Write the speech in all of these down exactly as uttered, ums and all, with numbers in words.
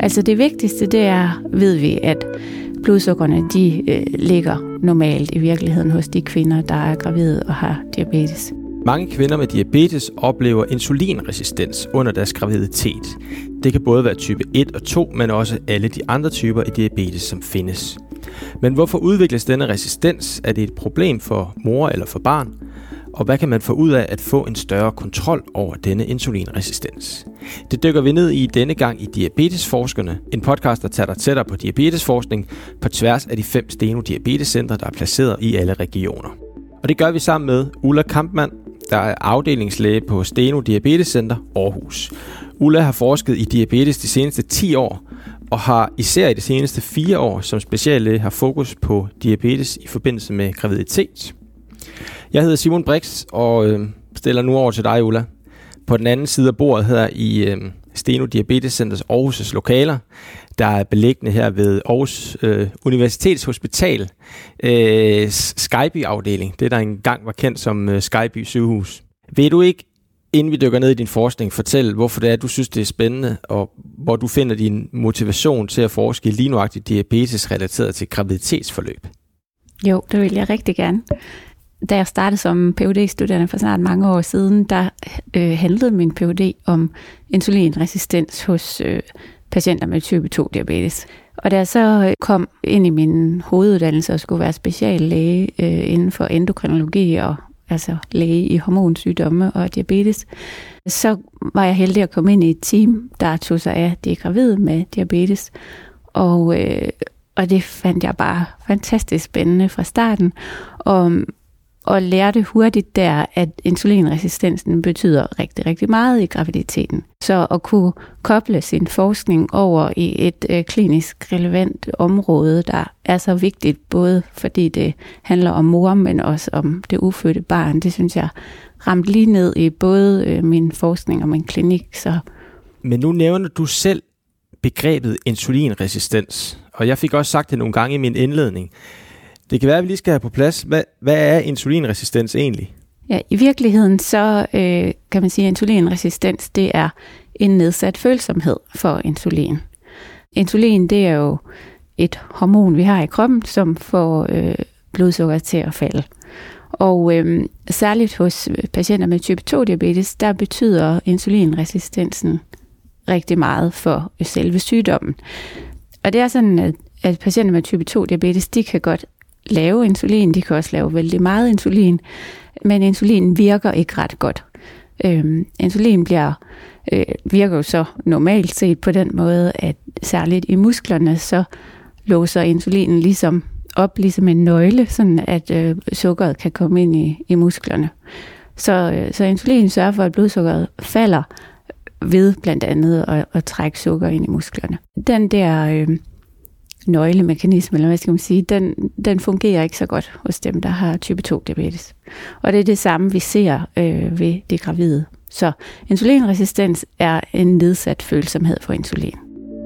Altså det vigtigste, det er, ved vi, at blodsukkerne, de øh, ligger normalt i virkeligheden hos de kvinder, der er gravide og har diabetes. Mange kvinder med diabetes oplever insulinresistens under deres graviditet. Det kan både være type et og to, men også alle de andre typer af diabetes, som findes. Men hvorfor udvikles denne resistens? Er det et problem for mor eller for barn? Og hvad kan man få ud af at få en større kontrol over denne insulinresistens? Det dykker vi ned i denne gang i Diabetesforskerne, en podcast, der tager dig tættere på diabetesforskning på tværs af de fem Steno Diabetescentre, der er placeret i alle regioner. Og det gør vi sammen med Ulla Kampmann, der er afdelingslæge på Steno Diabetescenter Aarhus. Ulla har forsket i diabetes de seneste ti år, og har især i de seneste fire år som speciallæge har fokus på diabetes i forbindelse med graviditet. Jeg hedder Simon Brix og øh, stiller nu over til dig, Ulla. På den anden side af bordet her i øh, Steno Diabetescenters Aarhus' lokaler, der er beliggende her ved Aarhus øh, Universitetshospital, øh, Skejby-afdeling. Det der engang var kendt som øh, Skejby sygehus. Vil du ikke, inden vi dykker ned i din forskning, fortælle, hvorfor det er, du synes, det er spændende, og hvor du finder din motivation til at forske lige nuagtigt diabetes relateret til graviditetsforløb? Jo, det vil jeg rigtig gerne. Da jeg startede som Ph.D.-studerende for snart mange år siden, der øh, handlede min Ph.D. om insulinresistens hos øh, patienter med type to diabetes. Og da jeg så kom ind i min hoveduddannelse og skulle være speciallæge øh, inden for endokrinologi og altså læge i hormonsygdomme og diabetes, så var jeg heldig at komme ind i et team, der tog sig af de gravide med diabetes. Og, øh, og det fandt jeg bare fantastisk spændende fra starten. Og og lærte hurtigt der, at insulinresistensen betyder rigtig, rigtig meget i graviditeten. Så at kunne koble sin forskning over i et øh, klinisk relevant område, der er så vigtigt, både fordi det handler om mor, men også om det ufødte barn, det synes jeg ramte lige ned i både øh, min forskning og min klinik. Så. Men nu nævner du selv begrebet insulinresistens, og jeg fik også sagt det nogle gange i min indledning. Det kan være, at vi lige skal have på plads. Hvad, hvad er insulinresistens egentlig? Ja, i virkeligheden så øh, kan man sige, at insulinresistens det er en nedsat følsomhed for insulin. Insulin det er jo et hormon, vi har i kroppen, som får øh, blodsukker til at falde. Og øh, særligt hos patienter med type to diabetes, der betyder insulinresistensen rigtig meget for selve sygdommen. Og det er sådan, at, at patienter med type to diabetes, de kan godt lave insulin, de kan også lave vældig meget insulin, men insulin virker ikke ret godt. Øhm, insulin bliver, øh, virker jo så normalt set på den måde, at særligt i musklerne, så låser insulinen ligesom op, ligesom en nøgle, sådan at øh, sukkeret kan komme ind i, i musklerne. Så, øh, så insulin sørger for, at blodsukkeret falder ved blandt andet at, at trække sukker ind i musklerne. Den der øh, nøglemekanisme, eller hvad skal man sige, den, den fungerer ikke så godt hos dem, der har type to diabetes. Og det er det samme, vi ser øh, ved de gravide. Så insulinresistens er en nedsat følsomhed for insulin.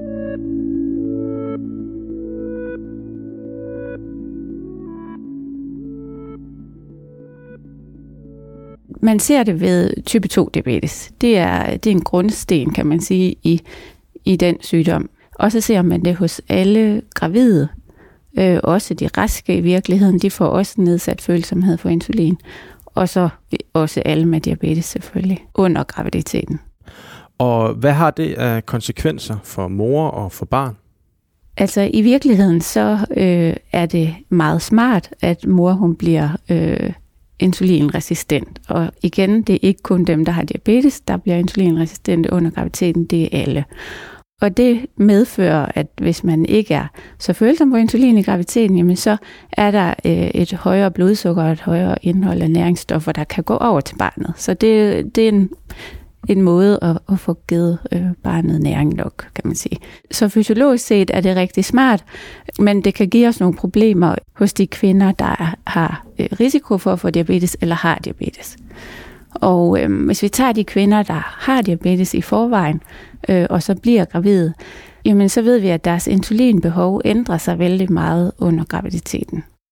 Man ser det ved type to diabetes. Det er, det er en grundsten, kan man sige, i, i den sygdom. Og så ser man det hos alle gravide. Øh, også de raske i virkeligheden, de får også nedsat følsomhed for insulin. Og så også alle med diabetes selvfølgelig, under graviditeten. Og hvad har det af konsekvenser for mor og for barn? Altså i virkeligheden så øh, er det meget smart, at mor hun bliver øh, insulinresistent. Og igen, det er ikke kun dem, der har diabetes, der bliver insulinresistente under graviditeten, det er alle. Og det medfører, at hvis man ikke er så følsom på insulin i graviditeten, jamen så er der øh, et højere blodsukker og et højere indhold af næringsstoffer, der kan gå over til barnet. Så det, det er en, en måde at, at få givet øh, barnet næring nok, kan man sige. Så fysiologisk set er det rigtig smart, men det kan give os nogle problemer hos de kvinder, der har øh, risiko for at få diabetes eller har diabetes. Og øh, hvis vi tager de kvinder, der har diabetes i forvejen, øh, og så bliver gravide, jamen så ved vi, at deres insulinbehov ændrer sig vældig meget under graviditeten.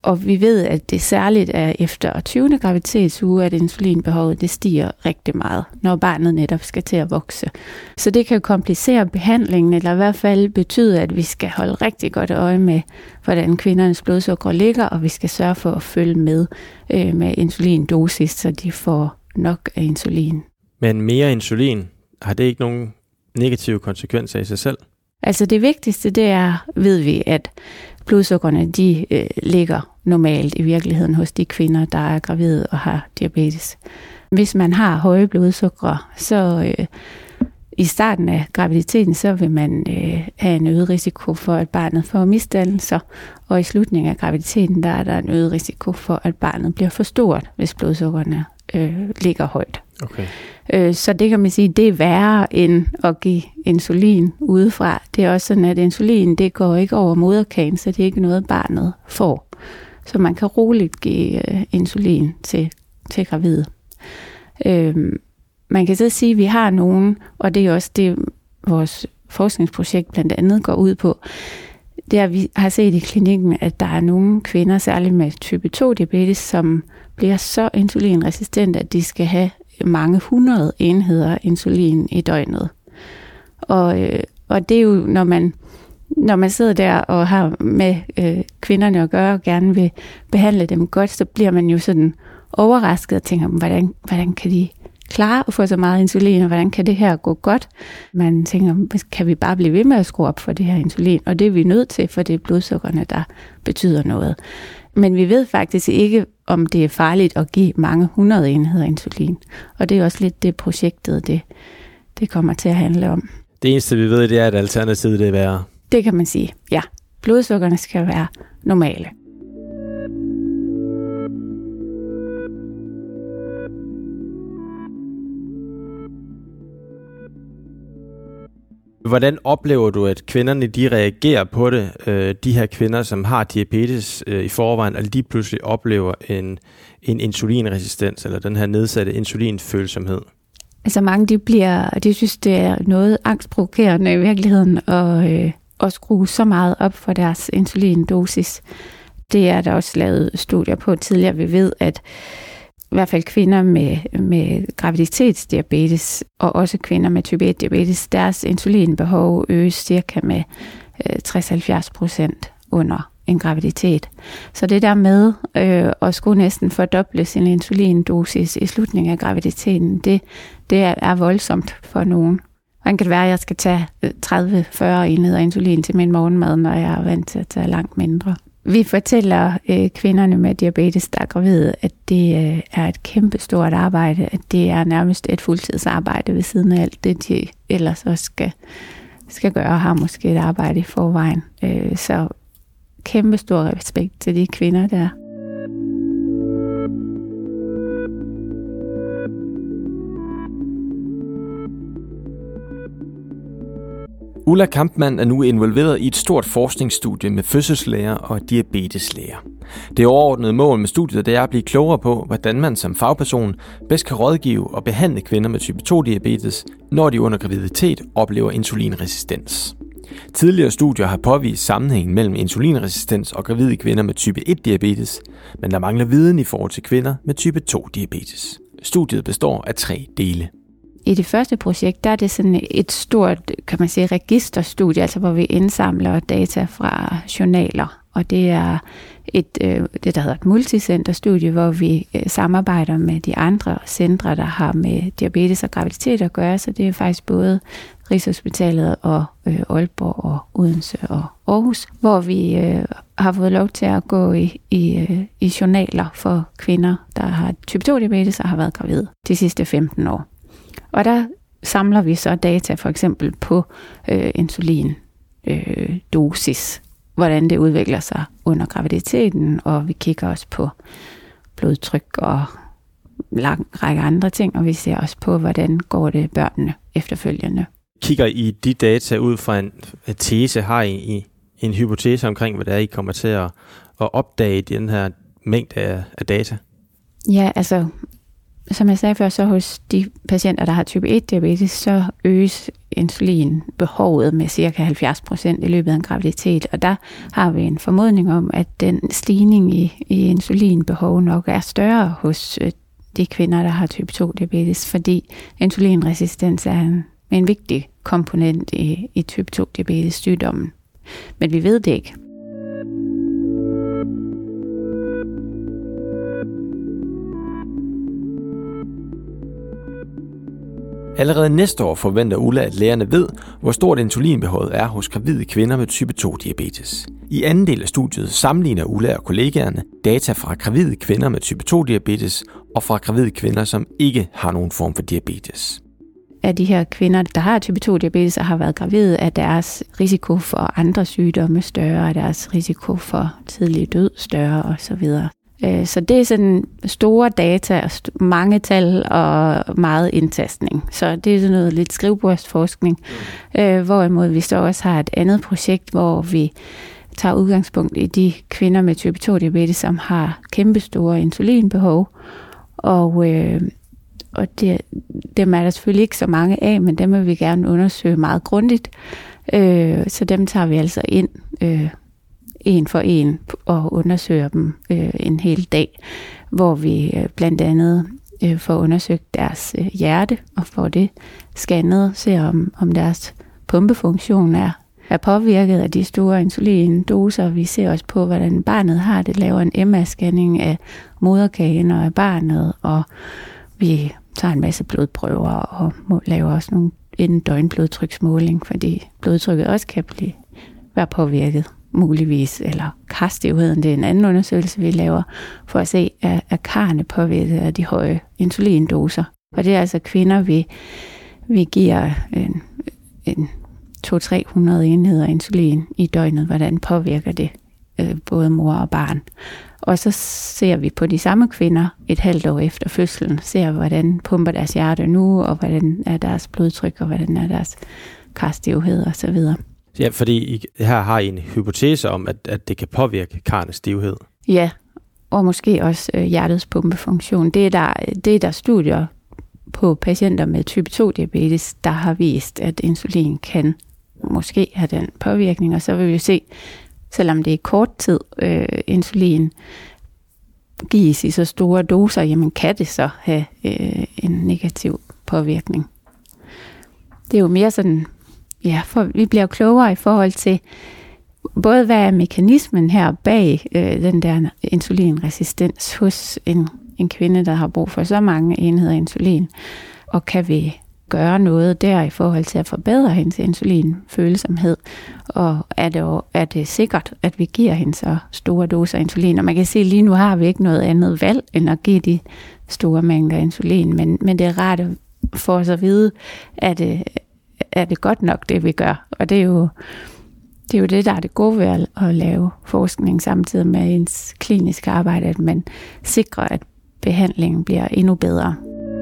Og vi ved, at det særligt er efter tyvende graviditetsuge, at insulinbehovet det stiger rigtig meget, når barnet netop skal til at vokse. Så det kan komplicere behandlingen, eller i hvert fald betyde, at vi skal holde rigtig godt øje med, hvordan kvindernes blodsukker ligger, og vi skal sørge for at følge med øh, med insulindosis, så de får nok af insulin. Men mere insulin, har det ikke nogen negative konsekvenser i sig selv? Altså det vigtigste, det er, ved vi, at blodsukkerne, de øh, ligger normalt i virkeligheden hos de kvinder, der er gravide og har diabetes. Hvis man har høje blodsukker, så øh, i starten af graviditeten, så vil man øh, have en øget risiko for, at barnet får misdannelser, og i slutningen af graviditeten, der er der en øget risiko for, at barnet bliver for stort, hvis blodsukkerne øh, ligger højt. Okay. Øh, så det kan man sige, det er værre end at give insulin udefra. Det er også sådan, at insulin, det går ikke over moderkagen, så det er ikke noget, barnet får. Så man kan roligt give øh, insulin til, til gravide. Øh, man kan så sige, at vi har nogen, og det er også det, vores forskningsprojekt blandt andet går ud på, det er, at vi har set i klinikken, at der er nogle kvinder, særligt med type to diabetes, som bliver så insulinresistente, at de skal have mange hundrede enheder insulin i døgnet. Og, øh, og det er jo, når man, når man sidder der og har med øh, kvinderne at gøre, og gerne vil behandle dem godt, så bliver man jo sådan overrasket og tænker, hvordan, hvordan kan de klare at få så meget insulin, og hvordan kan det her gå godt? Man tænker, kan vi bare blive ved med at skrue op for det her insulin? Og det er vi nødt til, for det er blodsukkerne, der betyder noget. Men vi ved faktisk ikke, om det er farligt at give mange hundrede enheder insulin. Og det er også lidt det projektet, det, det kommer til at handle om. Det eneste, vi ved, det er, at alternativet det er værre. Det kan man sige, ja. Blodsukkerne skal være normale. Hvordan oplever du, at kvinderne de reagerer på det, øh, de her kvinder, som har diabetes øh, i forvejen, og lige pludselig oplever en, en insulinresistens, eller den her nedsatte insulinfølsomhed? Altså mange, de bliver, de synes, det er noget angstprovokerende i virkeligheden, at, øh, at skrue så meget op for deres insulindosis. Det er der også lavet studier på tidligere. Vi ved, at i hvert fald kvinder med, med graviditetsdiabetes, og også kvinder med type et diabetes, deres insulinbehov øges cirka med øh, tres til halvfjerds procent under en graviditet. Så det der med øh, at skulle næsten fordoble sin insulindosis i slutningen af graviditeten, det, det er, er voldsomt for nogen. Hvordan kan det være, at jeg skal tage tredive til fyrre enheder insulin til min morgenmad, når jeg er vant til at tage langt mindre? Vi fortæller øh, kvinderne med diabetes, der er gravide, at det øh, er et kæmpe stort arbejde, at det er nærmest et fuldtidsarbejde ved siden af alt det, de ellers også skal, skal gøre, og har måske et arbejde i forvejen. Øh, så kæmpe stor respekt til de kvinder, der er. Ulla Kampmann er nu involveret i et stort forskningsstudie med fødselslæger og diabeteslæger. Det overordnede mål med studiet det er at blive klogere på, hvordan man som fagperson bedst kan rådgive og behandle kvinder med type to diabetes, når de under graviditet oplever insulinresistens. Tidligere studier har påvist sammenhængen mellem insulinresistens og gravide kvinder med type et diabetes, men der mangler viden i forhold til kvinder med type to diabetes. Studiet består af tre dele. I det første projekt, der er det sådan et stort, kan man sige, registerstudie, altså hvor vi indsamler data fra journaler. Og det er et, det, der hedder et multicenterstudie, hvor vi samarbejder med de andre centre, der har med diabetes og graviditet at gøre. Så det er faktisk både Rigshospitalet og øh, Aalborg og Odense og Aarhus, hvor vi øh, har fået lov til at gå i, i, øh, i journaler for kvinder, der har type to diabetes og har været gravide de sidste femten år. Og der samler vi så data for eksempel på øh, insulindosis, øh, hvordan det udvikler sig under graviditeten, og vi kigger også på blodtryk og lang række andre ting, og vi ser også på, hvordan går det børnene efterfølgende. Kigger I de data ud fra en tese, har I, I en hypotese omkring, hvad det er, I kommer til at, at opdage i den her mængde af, af data? Ja, altså som jeg sagde før, så hos de patienter, der har type et diabetes, så øges insulinbehovet med cirka halvfjerds procent i løbet af en graviditet. Og der har vi en formodning om, at den stigning i, i insulinbehov nok er større hos de kvinder, der har type to diabetes, fordi insulinresistens er en, en vigtig komponent i, i type to diabetes sygdommen. Men vi ved det ikke. Allerede næste år forventer Ulla, at lægerne ved, hvor stort insulinbehovet er hos gravide kvinder med type to diabetes. I anden del af studiet sammenligner Ulla og kollegaerne data fra gravide kvinder med type to diabetes og fra gravide kvinder, som ikke har nogen form for diabetes. Af de her kvinder, der har type to diabetes og har været gravide, er deres risiko for andre sygdomme større, er deres risiko for tidlig død større osv. Så det er sådan store data, mange tal og meget indtastning. Så det er sådan noget lidt skrivebordsforskning, hvorimod vi så også har et andet projekt, hvor vi tager udgangspunkt i de kvinder med type to diabetes, som har kæmpestore insulinbehov. Og, øh, og det, dem er der selvfølgelig ikke så mange af, men dem vil vi gerne undersøge meget grundigt. Øh, så dem tager vi altså ind øh, en for en og undersøger dem øh, en hel dag, hvor vi øh, blandt andet øh, får undersøgt deres øh, hjerte og får det scannet, ser om, om deres pumpefunktion er, er påvirket af de store insulindoser. Vi ser også på, hvordan barnet har det, laver en M R-scanning af moderkagen og af barnet, og vi tager en masse blodprøver og må, laver også nogle, en døgnblodtryksmåling, fordi blodtrykket også kan blive, være påvirket muligvis, eller karstivheden, det er en anden undersøgelse, vi laver, for at se, er, er karrene påvirket af de høje insulindoser. Og det er altså kvinder, vi, vi giver en, en to til tre hundrede enheder insulin i døgnet, hvordan påvirker det øh, både mor og barn. Og så ser vi på de samme kvinder et halvt år efter fødslen, ser hvordan pumper deres hjerte nu, og hvordan er deres blodtryk, og hvordan er deres karstivhed og så videre. Ja, fordi I, her har I en hypotese om, at, at det kan påvirke karrens stivhed. Ja, og måske også øh, hjertets pumpefunktion. Det er, der, det er der studier på patienter med type to diabetes, der har vist, at insulin kan måske have den påvirkning. Og så vil vi se, selvom det er kort tid, øh, insulin gives i så store doser, jamen kan det så have øh, en negativ påvirkning. Det er jo mere sådan, ja, for vi bliver klogere i forhold til, både hvad er mekanismen her bag øh, den der insulinresistens hos en, en kvinde, der har brug for så mange enheder insulin, og kan vi gøre noget der i forhold til at forbedre hendes insulinfølsomhed, og er det, er det sikkert, at vi giver hende så store doser insulin, og man kan se, lige nu har vi ikke noget andet valg, end at give de store mængder insulin, men, men det er rart for os at vide, at det er det godt nok, det vi gør, og det er jo det, er jo det der er det gode ved at, at lave forskning samtidig med ens kliniske arbejde, at man sikrer, at behandlingen bliver endnu bedre.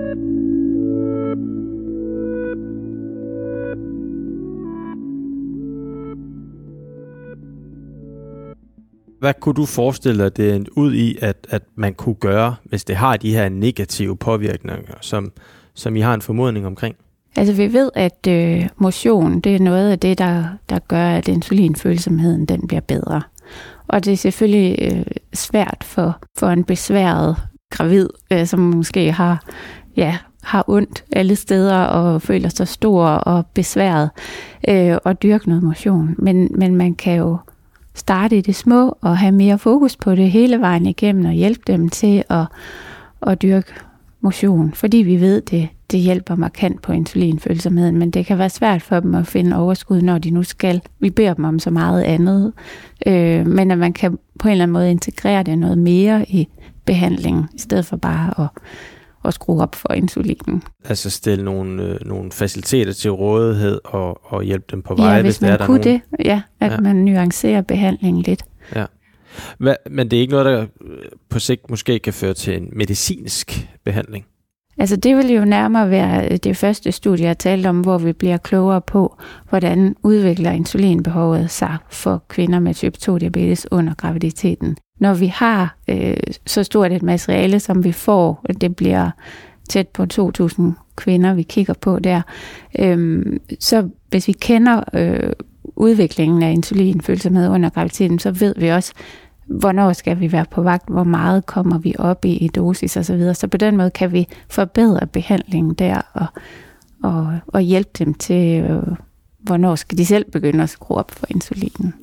Hvad kunne du forestille dig, det endte ud i, at, at man kunne gøre, hvis det har de her negative påvirkninger, som, som I har en formodning omkring? Altså vi ved, at øh, motion, det er noget af det, der, der gør, at insulinfølsomheden den bliver bedre. Og det er selvfølgelig øh, svært for, for en besværet gravid, øh, som måske har, ja, har ondt alle steder og føler sig stor og besværet, øh, og dyrke noget motion. Men, men man kan jo starte i det små og have mere fokus på det hele vejen igennem og hjælpe dem til at, at dyrke motion, fordi vi ved, det, det hjælper markant på insulinfølsomheden, men det kan være svært for dem at finde overskud, når de nu skal. Vi beder dem om så meget andet, øh, men at man kan på en eller anden måde integrere det noget mere i behandlingen, i stedet for bare at, at skrue op for insulinen. Altså stille nogle, øh, nogle faciliteter til rådighed og, og hjælpe dem på vej, ja, hvis, hvis man der er der kunne nogen. det, ja, at ja. man nuancerer behandlingen lidt. Ja. Hva, men det er ikke noget, der på sigt måske kan føre til en medicinsk behandling? Altså det vil jo nærmere være det første studie, jeg talte om, hvor vi bliver klogere på, hvordan udvikler insulinbehovet sig for kvinder med type to diabetes under graviditeten. Når vi har øh, så stort et materiale, som vi får, det bliver tæt på to tusind kvinder, vi kigger på der. Øhm, så hvis vi kender øh, udviklingen af insulinfølsomhed under graviditeten, så ved vi også, hvornår skal vi være på vagt, hvor meget kommer vi op i i dosis osv. Så, videre. Så på den måde kan vi forbedre behandlingen der og, og, og hjælpe dem til, øh, hvornår skal de selv begynde at skrue op for insulinen.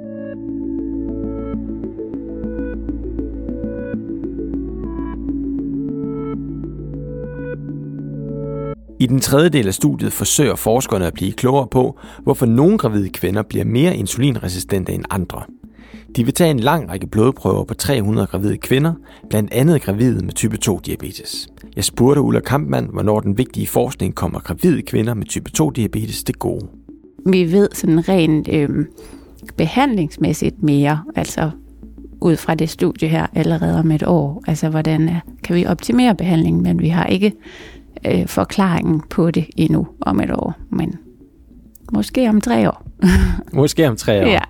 I den tredje del af studiet forsøger forskerne at blive klogere på, hvorfor nogle gravide kvinder bliver mere insulinresistente end andre. De vil tage en lang række blodprøver på tre hundrede gravide kvinder, blandt andet gravide med type to diabetes. Jeg spurgte Ulla Kampmann, hvornår den vigtige forskning kommer gravide kvinder med type to diabetes til gode. Vi ved sådan rent øh, behandlingsmæssigt mere, altså ud fra det studie her allerede om et år, altså hvordan kan vi optimere behandlingen, men vi har ikke øh, forklaringen på det endnu om et år, men måske om tre år. Måske om tre år? Ja.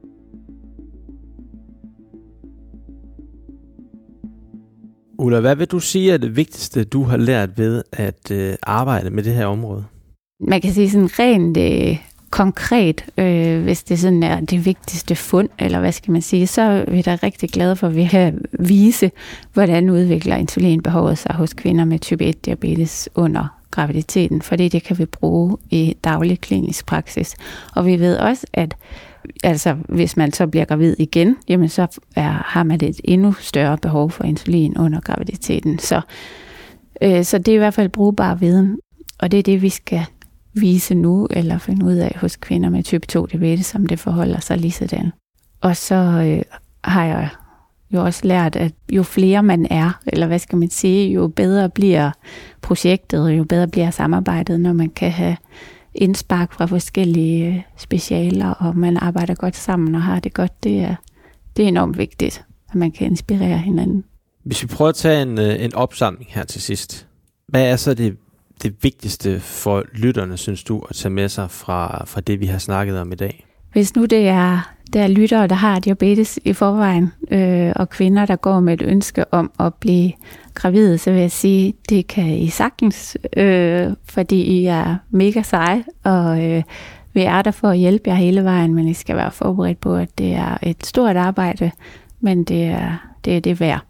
Ulla, hvad vil du sige er det vigtigste, du har lært ved at øh, arbejde med det her område? Man kan sige sådan rent øh, konkret, øh, hvis det sådan er det vigtigste fund, eller hvad skal man sige, så er vi da rigtig glade for, at vi kan vise, hvordan udvikler insulinbehovet sig hos kvinder med type et diabetes under graviditeten, fordi det kan vi bruge i daglig klinisk praksis. Og vi ved også, at altså, hvis man så bliver gravid igen, jamen så er, har man et endnu større behov for insulin under graviditeten. Så, øh, så det er i hvert fald brugbar viden, og det er det, vi skal vise nu, eller finde ud af hos kvinder med type to diabetes, som det forholder sig lige sådan. Og så øh, har jeg jo også lært, at jo flere man er, eller hvad skal man sige, jo bedre bliver projektet, jo bedre bliver samarbejdet, når man kan have indspark fra forskellige specialer, og man arbejder godt sammen og har det godt. Det er, det er enormt vigtigt, at man kan inspirere hinanden. Hvis vi prøver at tage en, en opsamling her til sidst. Hvad er så det, det vigtigste for lytterne, synes du, at tage med sig fra, fra det, vi har snakket om i dag? Hvis nu det er, der er lyttere, der har diabetes i forvejen, øh, og kvinder, der går med et ønske om at blive gravide, så vil jeg sige, det kan I sagtens, øh, fordi I er mega seje, og øh, vi er der for at hjælpe jer hele vejen, men I skal være forberedt på, at det er et stort arbejde, men det er det, er det værd.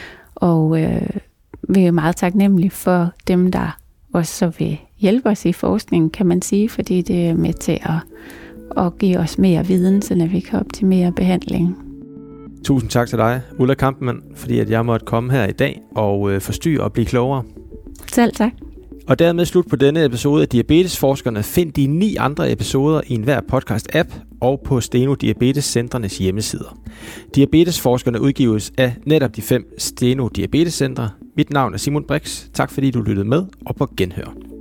Og øh, vi er meget taknemmelige for dem, der også vil hjælpe os i forskningen, kan man sige, fordi det er med til at og give os mere viden, så vi kan optimere behandlingen. Tusind tak til dig, Ulla Kampmann, fordi at jeg måtte komme her i dag og øh, forstyrre og blive klogere. Selv tak. Og dermed slut på denne episode af Diabetesforskerne. Find de ni andre episoder i enhver podcast-app og på Steno Diabetes-centrenes hjemmesider. Diabetesforskerne udgives af netop de fem Steno Diabetes-centre. Mit navn er Simon Brix. Tak fordi du lyttede med, og på genhør.